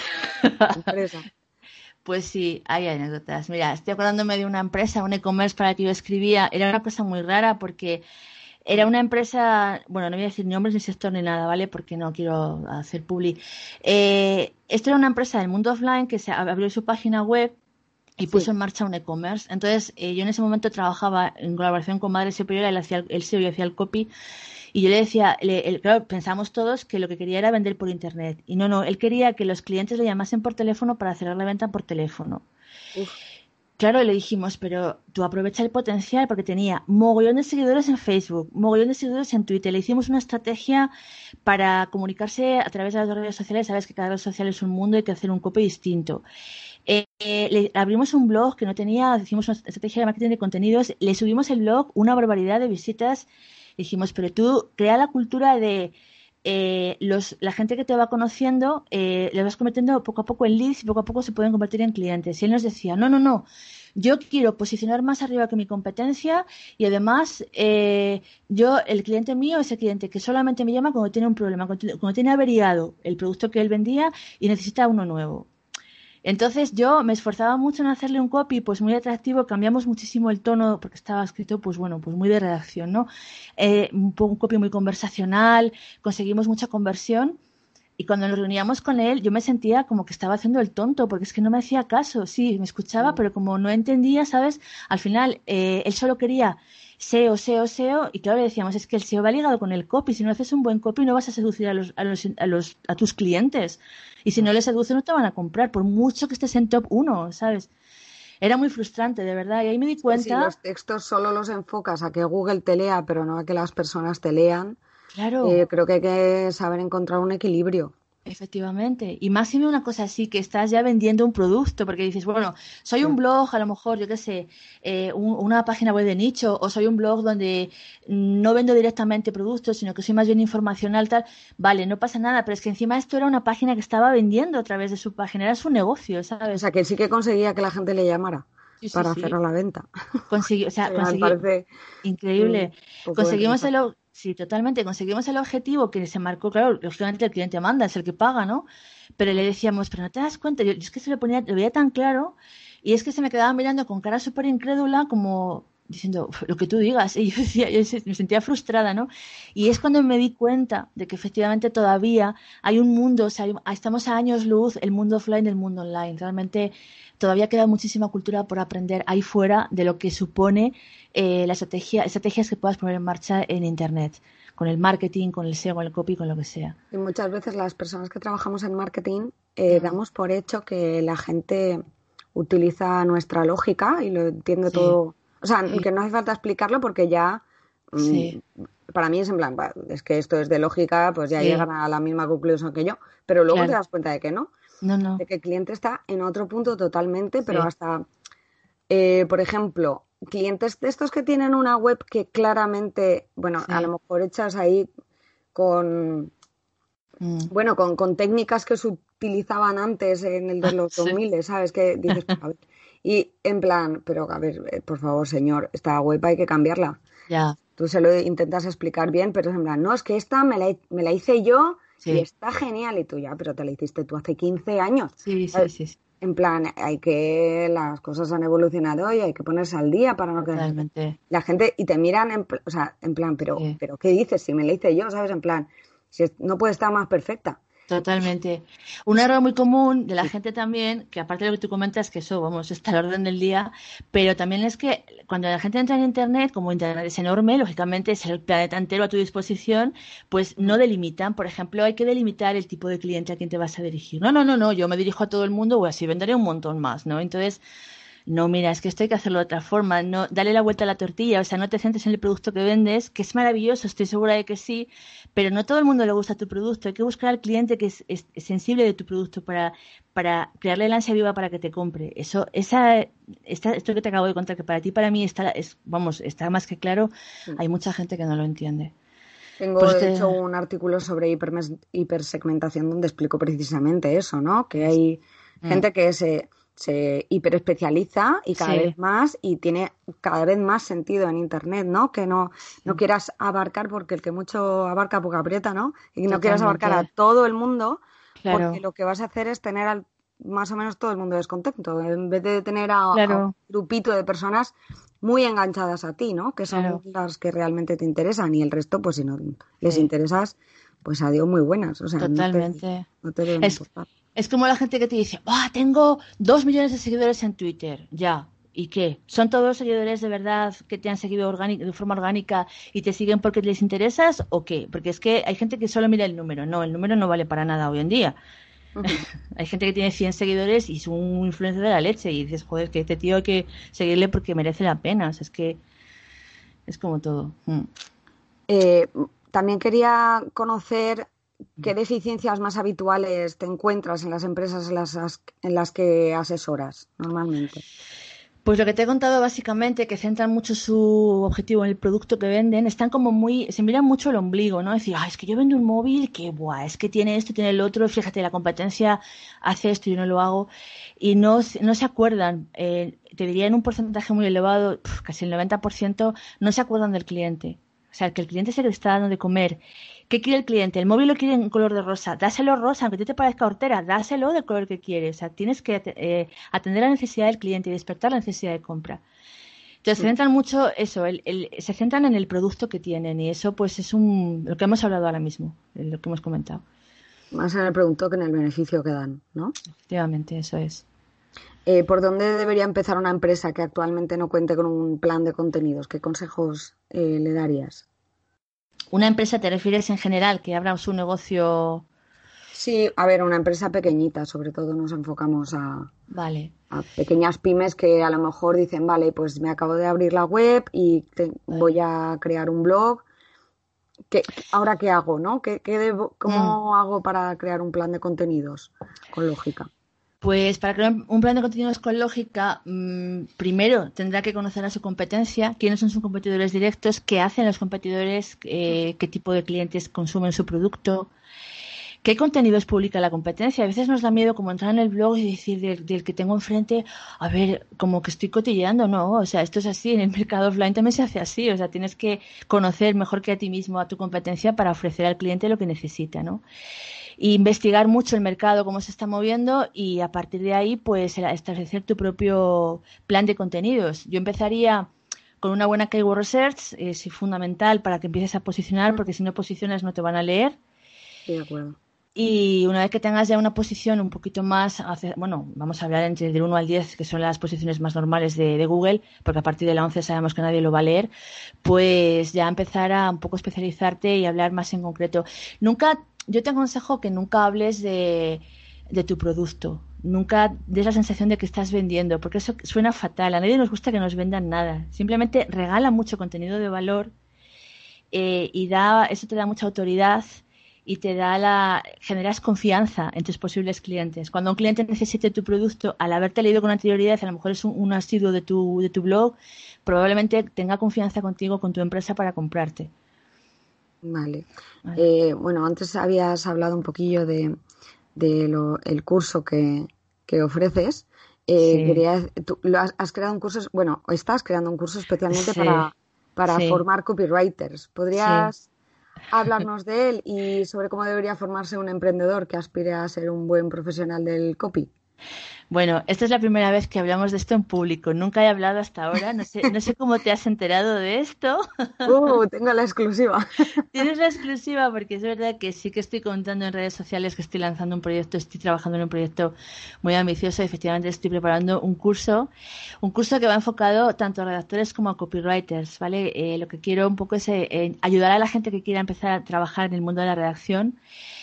la empresa. Pues sí, hay anécdotas. Mira, estoy acordándome de una empresa, un e-commerce para la que yo escribía. Era una cosa muy rara porque era una empresa, bueno, no voy a decir nombres ni sector ni nada, ¿vale? Porque no quiero hacer publi. Eh, esto era una empresa del mundo offline que se abrió su página web y puso Sí. en marcha un e-commerce. Entonces, eh, yo en ese momento trabajaba en colaboración con Madre Superior, él hacía el, él se hacía el copy y yo le decía, le- el- claro, pensamos todos que lo que quería era vender por internet. Y no, no, él quería que los clientes le llamasen por teléfono para cerrar la venta por teléfono. Uf. Claro, le dijimos, pero tú aprovecha el potencial porque tenía mogollón de seguidores en Facebook, mogollón de seguidores en Twitter. Le hicimos una estrategia para comunicarse a través de las redes sociales. Sabes que cada red social es un mundo y hay que hacer un copy distinto. Eh, eh, le abrimos un blog que no tenía, hicimos una estrategia de marketing de contenidos, le subimos el blog, una barbaridad de visitas. Dijimos, pero tú crea la cultura de eh, los, la gente que te va conociendo, eh, le vas convirtiendo poco a poco en leads y poco a poco se pueden convertir en clientes. Y él nos decía, no, no, no, yo quiero posicionar más arriba que mi competencia y además eh, yo, el cliente mío es el cliente que solamente me llama cuando tiene un problema, cuando, cuando tiene averiado el producto que él vendía y necesita uno nuevo. Entonces yo me esforzaba mucho en hacerle un copy pues muy atractivo, cambiamos muchísimo el tono porque estaba escrito pues bueno, pues muy de redacción, ¿no? Eh, un, un copy muy conversacional, conseguimos mucha conversión y cuando nos reuníamos con él yo me sentía como que estaba haciendo el tonto porque es que no me hacía caso, sí, me escuchaba pero como no entendía, ¿sabes? Al final eh, él solo quería S E O, S E O, S E O y claro le decíamos es que el S E O va ligado con el copy, si no haces un buen copy no vas a seducir a los, a los, a los, a tus clientes. Y si no les seduce no te van a comprar, por mucho que estés en top uno, ¿sabes? Era muy frustrante, de verdad. Y ahí me di Es que si cuenta, los textos solo los enfocas a que Google te lea, pero no a que las personas te lean, claro, eh, creo que hay que saber encontrar un equilibrio. Efectivamente. Y máxime una cosa así, que estás ya vendiendo un producto, porque dices, bueno, soy un blog, a lo mejor, yo qué sé, eh, un, una página web de nicho, o soy un blog donde no vendo directamente productos, sino que soy más bien informacional, tal. Vale, no pasa nada, pero es que encima esto era una página que estaba vendiendo a través de su página, era su negocio, ¿sabes? O sea, que sí que conseguía que la gente le llamara sí, sí, para sí. hacer la venta. Consegui, o sea, Me conseguí, parece increíble. Conseguimos el, interesante. sí, totalmente, conseguimos el objetivo que se marcó, claro, lógicamente el cliente manda, es el que paga, ¿no? Pero le decíamos, pero no te das cuenta, yo, yo es que se lo ponía, lo veía tan claro, y es que se me quedaba mirando con cara súper incrédula, como diciendo, lo que tú digas, y yo decía, yo me sentía frustrada, ¿no? Y es cuando me di cuenta de que efectivamente todavía hay un mundo, o sea, hay- estamos a años luz, el mundo offline del mundo online, realmente todavía queda muchísima cultura por aprender ahí fuera de lo que supone eh, la estrategia, estrategias que puedas poner en marcha en Internet, con el marketing, con el S E O, con el copy, con lo que sea. Y muchas veces las personas que trabajamos en marketing eh, Mm. damos por hecho que la gente utiliza nuestra lógica y lo entiende Sí, todo. O sea, sí, que no hace falta explicarlo porque ya, mm, sí, para mí es en plan, "Bah, es que esto es de lógica, pues ya sí, llegan a la misma conclusión que yo". Pero luego te claro. das cuenta de que no, No, no, de que el cliente está en otro punto totalmente, pero sí. hasta, eh, por ejemplo, clientes de estos que tienen una web que claramente, bueno, a lo Sí. mejor hechas ahí con Mm. bueno, con, con técnicas que se utilizaban antes en el de los dos Sí. mil, ¿sabes? Que dices, a ver, y en plan, pero a ver, eh, por favor, señor, esta web hay que cambiarla. Ya, Tú se lo intentas explicar bien, pero es en plan, no, es que esta me la, me la hice yo y sí, está genial. Y tú ya, pero te la hiciste tú hace quince años. sí, sí, ¿Sabes? sí, sí, En plan, hay que, las cosas han evolucionado y hay que ponerse al día para no quedar. totalmente. La gente, y te miran, en, pl- o sea, en plan, pero, Sí. pero ¿qué dices? Si me la hice yo, ¿sabes? En plan, si es- no puede estar más perfecta. Totalmente. Un error muy común de la gente también, que aparte de lo que tú comentas, que eso, vamos, está al orden del día, pero también es que cuando la gente entra en Internet, como Internet es enorme, lógicamente es el planeta entero a tu disposición, pues no delimitan. Por ejemplo, hay que delimitar el tipo de cliente a quien te vas a dirigir. No, no, no, no, yo me dirijo a todo el mundo o así venderé un montón más, ¿no? Entonces, no, mira, es que esto hay que hacerlo de otra forma, no, dale la vuelta a la tortilla, o sea, no te centres en el producto que vendes, que es maravilloso, estoy segura de que sí, pero no todo el mundo le gusta tu producto, hay que buscar al cliente que es, es- es sensible de tu producto para, para crearle la ansia viva para que te compre. Eso, esa, esta, esto que te acabo de contar, que para ti, para mí está, es, vamos, está más que claro, hay mucha gente que no lo entiende. Por Tengo, eso de te- hecho, un artículo sobre hipermes- hipersegmentación donde explico precisamente eso, ¿no? Que hay Mm, gente que se, se hiperespecializa y cada vez sí, más y tiene cada vez más sentido en Internet, ¿no? Que no, no sí, quieras abarcar, porque el que mucho abarca poco aprieta, ¿no? Y no quieras abarcar a totalmente, todo el mundo, porque claro, lo que vas a hacer es tener al, más o menos todo el mundo descontento, en vez de tener a, a un claro, grupito de personas muy enganchadas a ti, ¿no? Que son claro, las que realmente te interesan y el resto, pues si no les sí, interesas, pues adiós muy buenas. O sea, no te, totalmente. no te deben Es, importar. Es como la gente que te dice, ah, tengo dos millones de seguidores en Twitter. Ya. ¿Y qué? ¿Son todos seguidores de verdad que te han seguido orgánic- de forma orgánica y te siguen porque les interesas o qué? Porque es que hay gente que solo mira el número. No, el número no vale para nada hoy en día. Ujú. Hay gente que tiene cien seguidores y es un influencer de la leche y dices, joder, que este tío hay que seguirle porque merece la pena. O sea, es que es como todo. Mm. Eh, También quería conocer qué deficiencias más habituales te encuentras en las empresas en las, as- en las que asesoras normalmente. Pues lo que te he contado básicamente, que centran mucho su objetivo en el producto que venden, están como muy, se miran mucho el ombligo, ¿no? Decir, ah, es que yo vendo un móvil que, buah, es que tiene esto, tiene el otro, fíjate, la competencia hace esto y yo no lo hago. Y no, se- no se acuerdan, eh, te diría en un porcentaje muy elevado, pf, casi el noventa por ciento, no se acuerdan del cliente. O sea, que el cliente es el que le está dando de comer. ¿Qué quiere el cliente? El móvil lo quiere en color de rosa. Dáselo rosa, aunque a ti te parezca hortera. Dáselo del color que quiere. O sea, tienes que eh, atender la necesidad del cliente y despertar la necesidad de compra. Entonces, se centran mucho eso, el, el- se centran en el producto que tienen y eso pues es un, lo que hemos hablado ahora mismo, lo que hemos comentado. Más en el producto que en el beneficio que dan, ¿no? Efectivamente, eso es. Eh, ¿por dónde debería empezar una empresa que actualmente no cuente con un plan de contenidos? ¿Qué consejos eh, le darías? ¿Una empresa te refieres en general que abra su negocio? Sí, a ver, una empresa pequeñita, sobre todo nos enfocamos a, Vale. a pequeñas pymes que a lo mejor dicen, vale, pues me acabo de abrir la web y te- Vale. voy a crear un blog ¿qué, ¿ahora qué hago, no? ¿Qué, qué debo, ¿Cómo mm. hago para crear un plan de contenidos con lógica? Pues para crear un plan de contenidos con lógica, mmm, primero tendrá que conocer a su competencia, quiénes son sus competidores directos, qué hacen los competidores, eh, qué tipo de clientes consumen su producto, qué contenidos publica la competencia. A veces nos da miedo como entrar en el blog y decir del, del que tengo enfrente, a ver, como que estoy cotilleando, no, o sea, esto es así, en el mercado offline también se hace así, o sea, tienes que conocer mejor que a ti mismo, a tu competencia para ofrecer al cliente lo que necesita, ¿no? Y investigar mucho el mercado, cómo se está moviendo y a partir de ahí pues establecer tu propio plan de contenidos. Yo empezaría con una buena keyword research, es fundamental para que empieces a posicionar, porque si no posicionas no te van a leer. Sí, de acuerdo. Y una vez que tengas ya una posición un poquito más, bueno, vamos a hablar entre del uno al diez, que son las posiciones más normales de, de Google, porque a partir de la once sabemos que nadie lo va a leer, pues ya empezar a un poco especializarte y hablar más en concreto. Nunca... Yo te aconsejo que nunca hables de, de tu producto, nunca des la sensación de que estás vendiendo, porque eso suena fatal. A nadie nos gusta que nos vendan nada. Simplemente regala mucho contenido de valor eh, y da, eso te da mucha autoridad y te da la generas confianza en tus posibles clientes. Cuando un cliente necesite tu producto, al haberte leído con anterioridad, a lo mejor es un, un asiduo de tu, de tu blog, probablemente tenga confianza contigo, con tu empresa para comprarte. Vale. vale. Eh, bueno, antes habías hablado un poquillo de, de lo, el curso que, que ofreces. Eh, sí. quería, tú, lo has, has creado un curso, bueno, estás creando un curso especialmente sí. para, para sí. formar copywriters. ¿Podrías sí. hablarnos de él y sobre cómo debería formarse un emprendedor que aspire a ser un buen profesional del copy? Bueno, esta es la primera vez que hablamos de esto en público. Nunca he hablado hasta ahora. No sé, no sé cómo te has enterado de esto. Uh, tengo la exclusiva. Tienes la exclusiva porque es verdad que sí que estoy contando en redes sociales que estoy lanzando un proyecto, estoy trabajando en un proyecto muy ambicioso. Efectivamente, estoy preparando un curso, un curso que va enfocado tanto a redactores como a copywriters, ¿vale? Eh, lo que quiero un poco es eh, ayudar a la gente que quiera empezar a trabajar en el mundo de la redacción.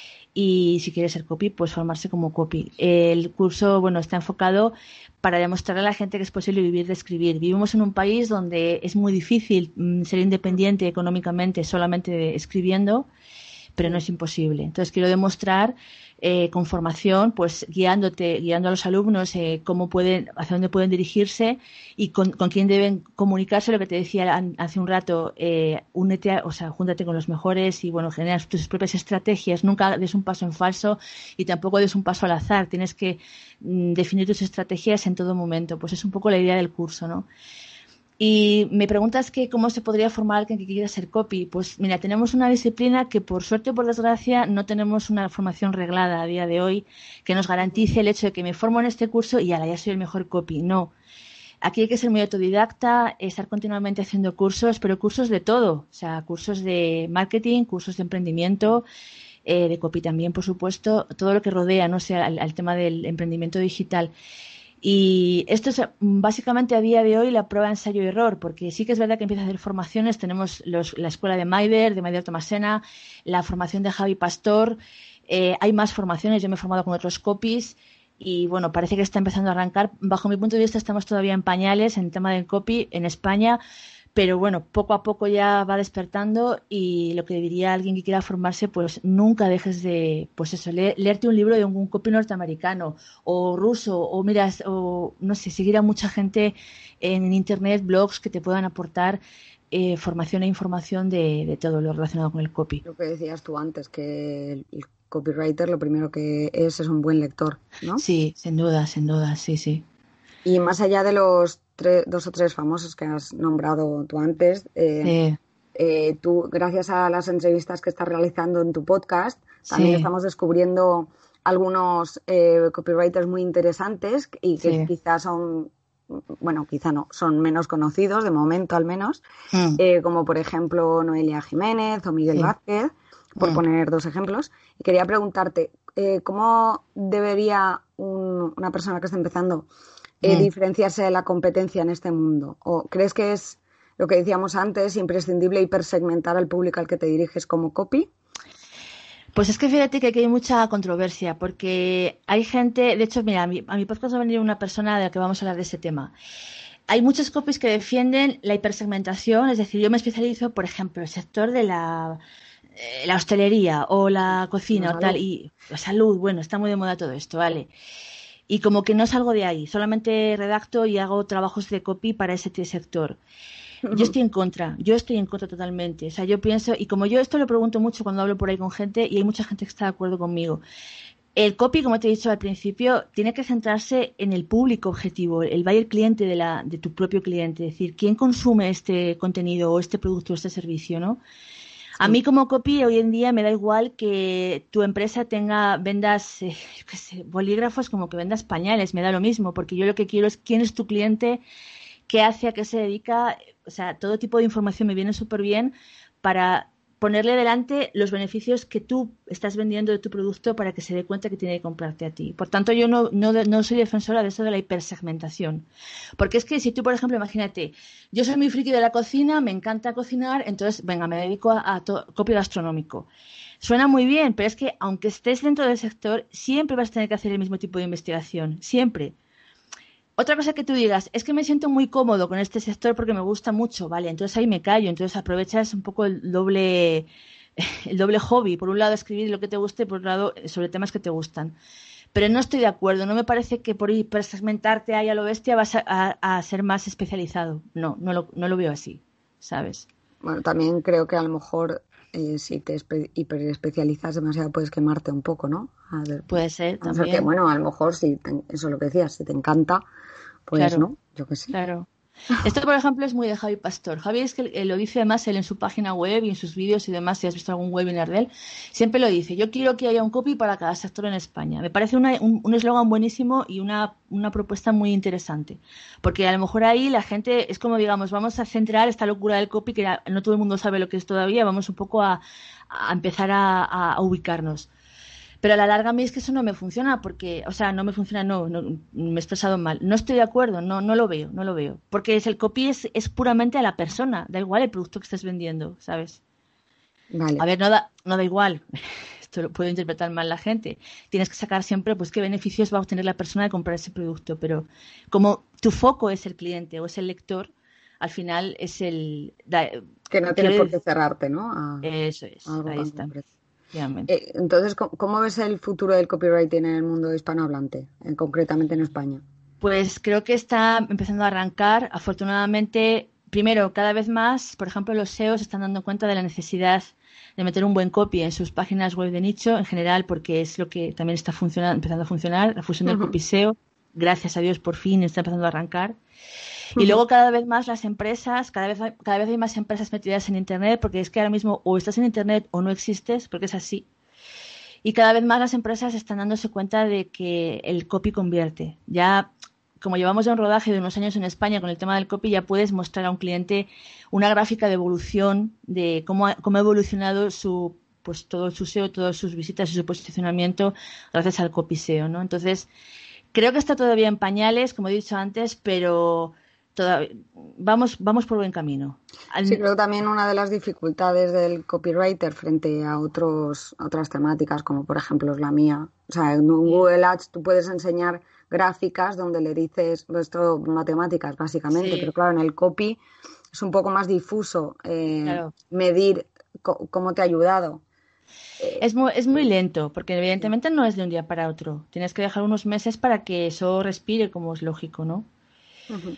Y si quieres ser copy, pues formarse como copy. El curso, bueno, está enfocado para demostrar a la gente que es posible vivir de escribir. Vivimos en un país donde es muy difícil mm, ser independiente económicamente solamente escribiendo, pero no es imposible. Entonces quiero demostrar eh, con formación, pues guiándote, guiando a los alumnos eh, cómo pueden, hacia dónde pueden dirigirse y con, con quién deben comunicarse. Lo que te decía hace un rato, eh, únete, a, o sea, júntate con los mejores y bueno, generas tus propias estrategias. Nunca des un paso en falso y tampoco des un paso al azar. Tienes que mm, definir tus estrategias en todo momento. Pues es un poco la idea del curso, ¿no? Y me preguntas que cómo se podría formar alguien que quiera ser copy. Pues mira, tenemos una disciplina que por suerte o por desgracia no tenemos una formación reglada a día de hoy que nos garantice el hecho de que me formo en este curso y ahora ya soy el mejor copy. No. Aquí hay que ser muy autodidacta, estar continuamente haciendo cursos, pero cursos de todo. O sea, cursos de marketing, cursos de emprendimiento, eh, de copy también, por supuesto, todo lo que rodea, no sé, al, al tema del emprendimiento digital. Y esto es básicamente a día de hoy la prueba ensayo y error, porque sí que es verdad que empieza a hacer formaciones. Tenemos los, la escuela de Maider, de Maider Tomasena, la formación de Javi Pastor. Eh, hay más formaciones, yo me he formado con otros copies y bueno, parece que está empezando a arrancar. Bajo mi punto de vista estamos todavía en pañales en el tema del copy en España, pero bueno, poco a poco ya va despertando y lo que diría alguien que quiera formarse, pues nunca dejes de, pues eso, le, leerte un libro de un, un copy norteamericano o ruso o miras, o no sé, seguir a mucha gente en internet, blogs que te puedan aportar eh, formación e información de, de todo lo relacionado con el copy. Lo que decías tú antes, que el, el copywriter lo primero que es es un buen lector, ¿no? Sí, sin duda, sin duda, sí, sí. Y más allá de los tres, dos o tres famosos que has nombrado tú antes, eh, sí. eh, tú, gracias a las entrevistas que estás realizando en tu podcast, también sí. estamos descubriendo algunos eh, copywriters muy interesantes y que sí. quizás son, bueno, quizá no, son menos conocidos, de momento al menos, mm. eh, como por ejemplo Noelia Jiménez o Miguel sí. Vázquez, por mm. poner dos ejemplos. Y quería preguntarte, eh, ¿cómo debería un, una persona que está empezando Eh, diferenciarse de la competencia en este mundo? ¿O crees que es lo que decíamos antes, imprescindible hipersegmentar al público al que te diriges como copy? Pues es que fíjate que aquí hay mucha controversia, porque hay gente, de hecho, mira, a mi, a mi podcast va a venir una persona de la que vamos a hablar de ese tema. Hay muchos copies que defienden la hipersegmentación, es decir, yo me especializo, por ejemplo, el sector de la eh, la hostelería o la cocina la o tal, y la salud, bueno, está muy de moda todo esto, ¿vale? Y como que no salgo de ahí, solamente redacto y hago trabajos de copy para ese sector. Yo estoy en contra, yo estoy en contra totalmente. O sea, yo pienso, y como yo esto lo pregunto mucho cuando hablo por ahí con gente, y hay mucha gente que está de acuerdo conmigo. El copy, como te he dicho al principio, tiene que centrarse en el público objetivo, el buyer cliente de, la, de tu propio cliente. Es decir, ¿quién consume este contenido o este producto o este servicio, no? Sí. A mí como copy hoy en día me da igual que tu empresa tenga, vendas, eh, qué sé, bolígrafos como que vendas pañales, me da lo mismo, porque yo lo que quiero es quién es tu cliente, qué hace, a qué se dedica, o sea, todo tipo de información me viene súper bien para ponerle delante los beneficios que tú estás vendiendo de tu producto para que se dé cuenta que tiene que comprarte a ti. Por tanto, yo no, no, no soy defensora de eso de la hipersegmentación. Porque es que si tú, por ejemplo, imagínate, yo soy muy friki de la cocina, me encanta cocinar, entonces, venga, me dedico a, a to- copy gastronómico. Suena muy bien, pero es que aunque estés dentro del sector, siempre vas a tener que hacer el mismo tipo de investigación, siempre. Otra cosa que tú digas, es que me siento muy cómodo con este sector porque me gusta mucho, vale, entonces ahí me callo, entonces aprovechas un poco el doble, el doble hobby, por un lado escribir lo que te guste y por otro lado sobre temas que te gustan. Pero no estoy de acuerdo, no me parece que por hipersegmentarte ahí a lo bestia vas a, a, a ser más especializado, no, no lo, no lo veo así, ¿sabes? Bueno, también creo que a lo mejor eh, si te espe- hiperespecializas demasiado puedes quemarte un poco, ¿no? A ver, puede ser a también. Que, bueno, a lo mejor si te, eso es lo que decías, si te encanta, pues claro, no, yo qué sé. Claro. Esto, por ejemplo, es muy de Javi Pastor. Javi es que lo dice además él en su página web y en sus vídeos y demás, si has visto algún webinar de él, siempre lo dice. Yo quiero que haya un copy para cada sector en España. Me parece una, un eslogan buenísimo y una, una propuesta muy interesante. Porque a lo mejor ahí la gente es como, digamos, vamos a centrar esta locura del copy, que no todo el mundo sabe lo que es todavía, vamos un poco a, a empezar a, a, a ubicarnos. Pero a la larga a mí es que eso no me funciona porque, o sea, no me funciona, no, no me he expresado mal. No estoy de acuerdo, no, no lo veo, no lo veo. Porque es el copy es, es puramente a la persona, da igual el producto que estés vendiendo, ¿sabes? Vale. A ver, no da, no da igual, esto lo puede interpretar mal la gente. Tienes que sacar siempre, pues, qué beneficios va a obtener la persona de comprar ese producto. Pero como tu foco es el cliente o es el lector, al final es el... Da, que no tienes por qué cerrarte, ¿no? A, eso es, a ahí está. Eh, entonces, ¿cómo, ¿cómo ves el futuro del copywriting en el mundo hispanohablante, en, concretamente en España? Pues creo que está empezando a arrancar. Afortunadamente, primero, cada vez más, por ejemplo, los S E Os están dando cuenta de la necesidad de meter un buen copy en sus páginas web de nicho, en general, porque es lo que también está funcionando, empezando a funcionar. La fusión del uh-huh. copy S E O, gracias a Dios, por fin está empezando a arrancar. Y luego cada vez más las empresas, cada vez, hay, cada vez hay más empresas metidas en Internet, porque es que ahora mismo o estás en Internet o no existes, porque es así. Y cada vez más las empresas están dándose cuenta de que el copy convierte. Ya, como llevamos ya un rodaje de unos años en España con el tema del copy, ya puedes mostrar a un cliente una gráfica de evolución de cómo ha, cómo ha evolucionado su, pues todo su S E O, todas sus visitas y su posicionamiento gracias al copy S E O, ¿no? Entonces, creo que está todavía en pañales, como he dicho antes, pero... Todavía, vamos, vamos por buen camino. Al... Sí, creo que también una de las dificultades del copywriter frente a otros, a otras temáticas, como por ejemplo es la mía. O sea, en Google Ads tú puedes enseñar gráficas donde le dices, esto matemáticas básicamente, sí. Pero claro, en el copy es un poco más difuso eh, claro. medir co- cómo te ha ayudado. Es muy, es muy lento, porque evidentemente no es de un día para otro. Tienes que dejar unos meses para que eso respire, como es lógico, ¿no? Uh-huh.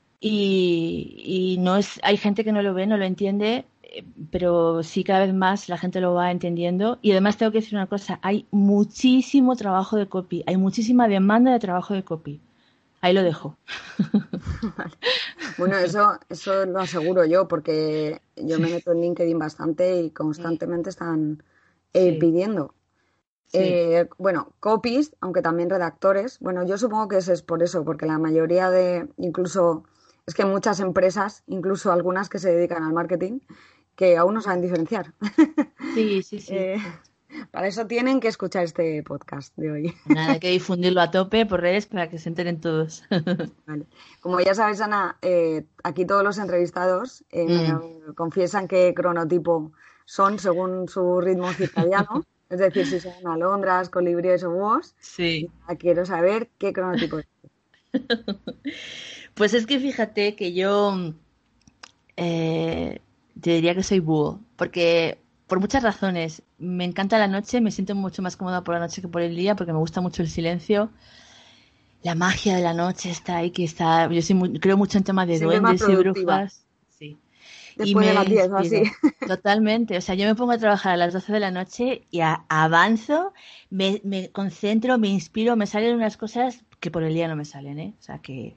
Y, y no es, hay gente que no lo ve, no lo entiende, pero sí cada vez más la gente lo va entendiendo. Y además tengo que decir una cosa, hay muchísimo trabajo de copy, hay muchísima demanda de trabajo de copy. Ahí lo dejo. Vale. Bueno, eso, eso lo aseguro yo, porque yo me meto en LinkedIn bastante y constantemente están eh, sí. pidiendo. Sí. Eh, bueno, copies, aunque también redactores. Bueno, yo supongo que eso es por eso, porque la mayoría de, incluso... Es que muchas empresas, incluso algunas que se dedican al marketing, que aún no saben diferenciar. Sí, sí, sí. eh, para eso tienen que escuchar este podcast de hoy. Nada, hay que difundirlo a tope por redes para que se enteren todos. Vale. Como ya sabes, Ana, eh, aquí todos los entrevistados eh, mm. me confiesan qué cronotipo son según su ritmo circadiano. Es decir, si son alondras, colibríes o búhos. Sí. Quiero saber qué cronotipo es. Pues es que fíjate que yo eh, te diría que soy búho, porque por muchas razones. Me encanta la noche, me siento mucho más cómoda por la noche que por el día, porque me gusta mucho el silencio. La magia de la noche está ahí, que está... Yo soy muy, creo mucho en temas de Siempre duendes y brujas. Sí. Después de las diez o así. Totalmente. O sea, yo me pongo a trabajar a las doce de la noche y a, avanzo, me, me concentro, me inspiro, me salen unas cosas que por el día no me salen, ¿eh? O sea, que...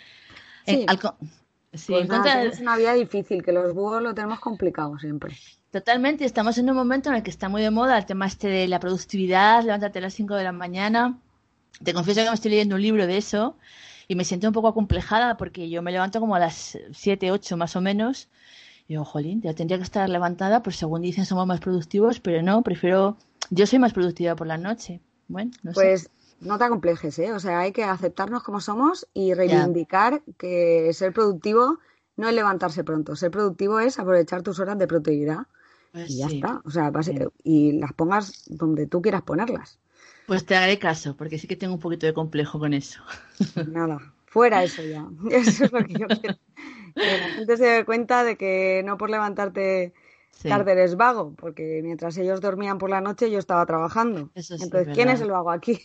Sí, en, al, sí pues en nada, contra... tenemos una vida difícil, que los búhos lo tenemos complicado siempre. Totalmente. Estamos en un momento en el que está muy de moda el tema este de la productividad, levántate a las cinco de la mañana. Te confieso que me estoy leyendo un libro de eso y me siento un poco acomplejada porque yo me levanto como a las siete, ocho más o menos. Y digo, jolín, ya tendría que estar levantada, pues según dicen somos más productivos, pero no, prefiero... Yo soy más productiva por la noche. Bueno, no pues sé. no te acomplejes, ¿eh? O sea, hay que aceptarnos como somos y reivindicar ya. Que ser productivo no es levantarse pronto. Ser productivo es aprovechar tus horas de productividad pues y ya sí. está. O sea, sí. y las pongas donde tú quieras ponerlas. Pues te haré caso, porque sí que tengo un poquito de complejo con eso. Pues nada, fuera eso ya. Eso es lo que yo quiero. Que la gente se dé cuenta de que no por levantarte sí. tarde eres vago, porque mientras ellos dormían por la noche yo estaba trabajando. Eso sí, entonces, es ¿quién es el vago aquí?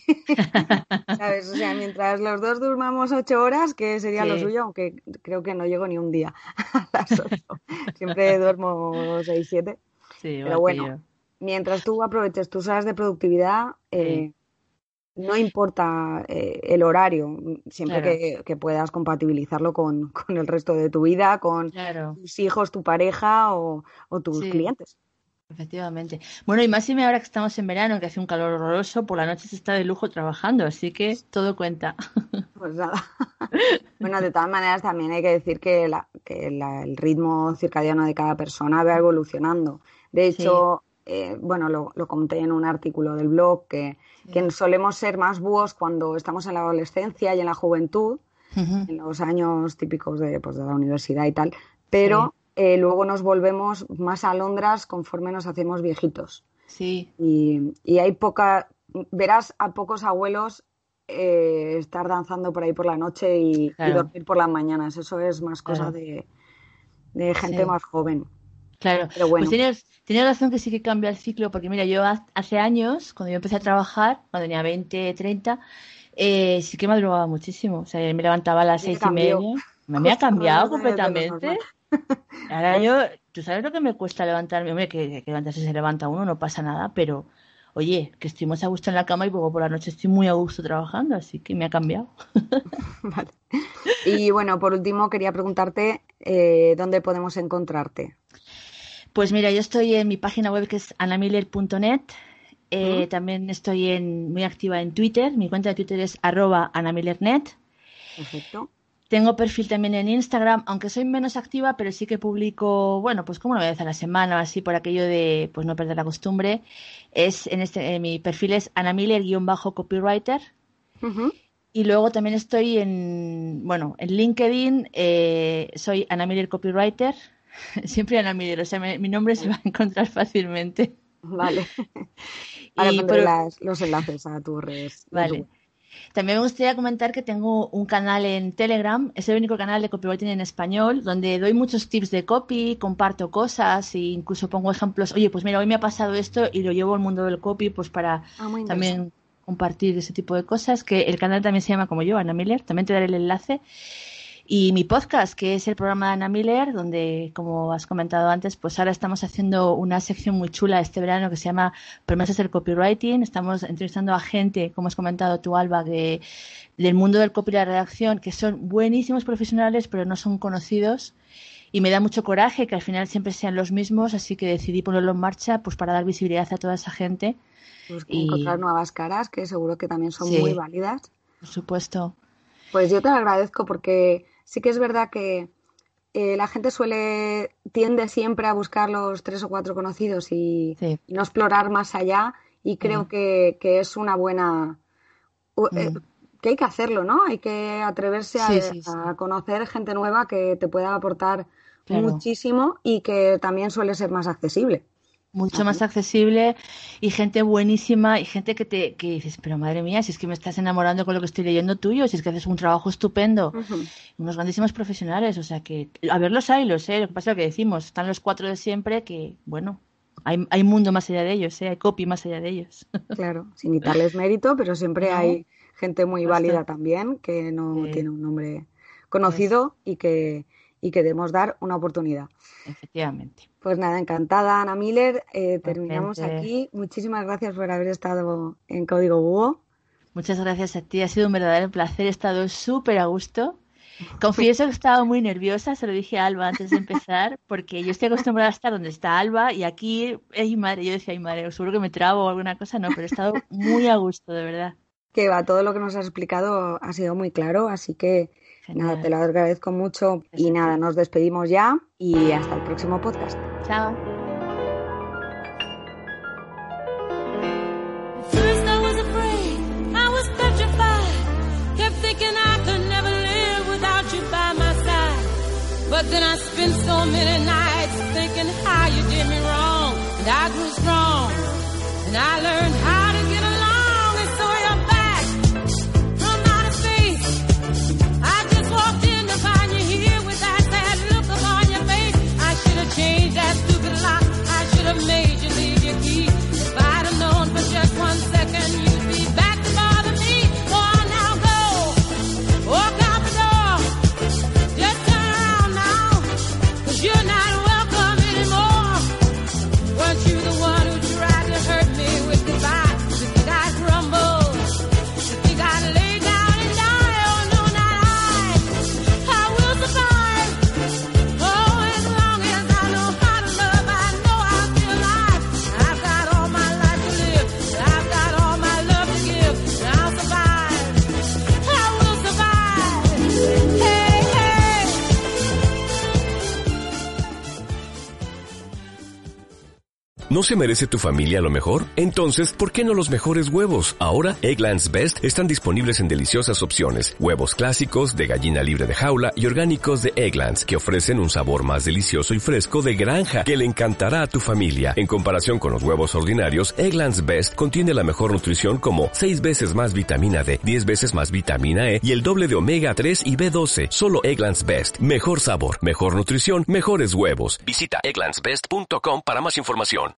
¿Sabes? O sea, mientras los dos durmamos ocho horas, que sería sí. lo suyo, aunque creo que no llego ni un día a las ocho. Siempre duermo seis, siete. Sí, pero bueno, mientras tú aproveches tus horas de productividad, eh, sí. no importa eh, el horario, siempre claro. que, que puedas compatibilizarlo con, con el resto de tu vida, con claro. tus hijos, tu pareja o, o tus sí. clientes. Efectivamente. Bueno, y más y me ahora que estamos en verano, que hace un calor horroroso, por la noche se está de lujo trabajando, así que todo cuenta. Pues nada. Bueno, de todas maneras también hay que decir que, la, que la, el ritmo circadiano de cada persona va evolucionando. De hecho... Sí. Eh, bueno, lo, lo conté en un artículo del blog, que, sí. que solemos ser más búhos cuando estamos en la adolescencia y en la juventud, uh-huh. en los años típicos de, pues, de la universidad y tal, pero sí. eh, luego nos volvemos más alondras conforme nos hacemos viejitos. Sí. Y, y hay poca, verás a pocos abuelos eh, estar danzando por ahí por la noche y, claro. y dormir por las mañanas. Eso es más cosa claro. de, de gente sí. más joven. Claro, pero bueno. Pues tienes, tienes razón que sí que cambia el ciclo, porque mira, yo hace años, cuando yo empecé a trabajar, cuando tenía veinte, treinta, eh, sí que madrugaba muchísimo. O sea, me levantaba a las seis y media. Me, me ha cambiado completamente. Ahora yo, tú sabes lo que me cuesta levantarme. Hombre, que, que levantarse se levanta uno, no pasa nada, pero oye, que estoy más a gusto en la cama y luego por la noche estoy muy a gusto trabajando, así que me ha cambiado. Vale. Y bueno, por último quería preguntarte eh, ¿dónde podemos encontrarte? Pues mira, yo estoy en mi página web que es ana miller punto net. Eh, uh-huh. También estoy en, muy activa en Twitter. Mi cuenta de Twitter es arroba anamillernet. Perfecto. Tengo perfil también en Instagram, aunque soy menos activa, pero sí que publico, bueno, pues como una vez a la semana o así, por aquello de pues no perder la costumbre. Es en este, en mi perfil es anamiller-copywriter. Uh-huh. Y luego también estoy en, bueno, en LinkedIn, eh, soy Ana Miller Copywriter. Siempre Ana Miller, o sea, me, mi nombre se va a encontrar fácilmente. Vale. Ahora y pondré por... las, los enlaces a tus redes. Vale. También me gustaría comentar que tengo un canal en Telegram, es el único canal de copywriting en español, donde doy muchos tips de copy, comparto cosas e incluso pongo ejemplos. Oye, pues mira, hoy me ha pasado esto y lo llevo al mundo del copy, pues para ah, también compartir ese tipo de cosas. Que el canal también se llama como yo, Ana Miller, también te daré el enlace. Y mi podcast, que es el programa de Ana Miller, donde, como has comentado antes, pues ahora estamos haciendo una sección muy chula este verano que se llama Promesas del Copywriting. Estamos entrevistando a gente, como has comentado tú, Alba, de, del mundo del copy y la redacción, que son buenísimos profesionales, pero no son conocidos. Y me da mucho coraje que al final siempre sean los mismos, así que decidí ponerlo en marcha pues para dar visibilidad a toda esa gente. Pues y encontrar nuevas caras, que seguro que también son sí, muy válidas. Por supuesto. Pues yo te lo agradezco porque sí que es verdad que eh, la gente suele, tiende siempre a buscar los tres o cuatro conocidos y, sí. y no explorar más allá, y creo mm. que, que es una buena... Eh, mm. que hay que hacerlo, ¿no? Hay que atreverse a, sí, sí, sí. a conocer gente nueva que te pueda aportar claro. muchísimo y que también suele ser más accesible. Mucho Ajá. más accesible y gente buenísima y gente que te que dices, pero madre mía, si es que me estás enamorando con lo que estoy leyendo tuyo, si es que haces un trabajo estupendo, uh-huh. unos grandísimos profesionales, o sea que, a ver, los hay, los sé, lo que pasa es lo que decimos, están los cuatro de siempre que, bueno, hay, hay mundo más allá de ellos, ¿eh? Hay copy más allá de ellos. Claro, sin quitarles mérito, pero siempre no. hay gente muy Bastante. válida también que no sí. tiene un nombre conocido sí. y que y que debemos dar una oportunidad. Efectivamente. Pues nada, encantada, Ana Miller. Eh, terminamos aquí. Muchísimas gracias por haber estado en Código Búho. Muchas gracias a ti. Ha sido un verdadero placer. He estado súper a gusto. Confieso que he estado muy nerviosa. Se lo dije a Alba antes de empezar, porque yo estoy acostumbrada a estar donde está Alba y aquí, ay madre, yo decía, ay madre, seguro que me trabo o alguna cosa. No, pero he estado muy a gusto, de verdad. Que va, todo lo que nos has explicado ha sido muy claro, así que Genial. Nada, te lo agradezco mucho y nada, nos despedimos ya y hasta el próximo podcast. Chao. But then I spent so many nights thinking how you did me wrong, and I grew strong, and I learned how to get along, and so you're back from outer space. I just walked in to find you here with that sad look upon your face. I should have changed that stupid lock. I should have made you leave your key. If I'd have known for just one second you'd be back to bother me. Oh, now go, walk out the door, just turn around now, 'cause you're not welcome anymore. Weren't you the one who tried to hurt me with goodbye? You think I'd crumble? You think I'd lay down and die? Oh no, not I. I will survive. Oh, as long as I know how to love, I know I'll be alive. I've got all my life to live, and I've got all my love to give, and I'll survive. I will survive. Hey, hey. ¿No se merece tu familia lo mejor? Entonces, ¿por qué no los mejores huevos? Ahora, Eggland's Best están disponibles en deliciosas opciones. Huevos clásicos, de gallina libre de jaula y orgánicos de Eggland's, que ofrecen un sabor más delicioso y fresco de granja, que le encantará a tu familia. En comparación con los huevos ordinarios, Eggland's Best contiene la mejor nutrición como seis veces más vitamina D, diez veces más vitamina E y el doble de omega tres y B doce. Solo Eggland's Best. Mejor sabor, mejor nutrición, mejores huevos. Visita egglands best punto com para más información.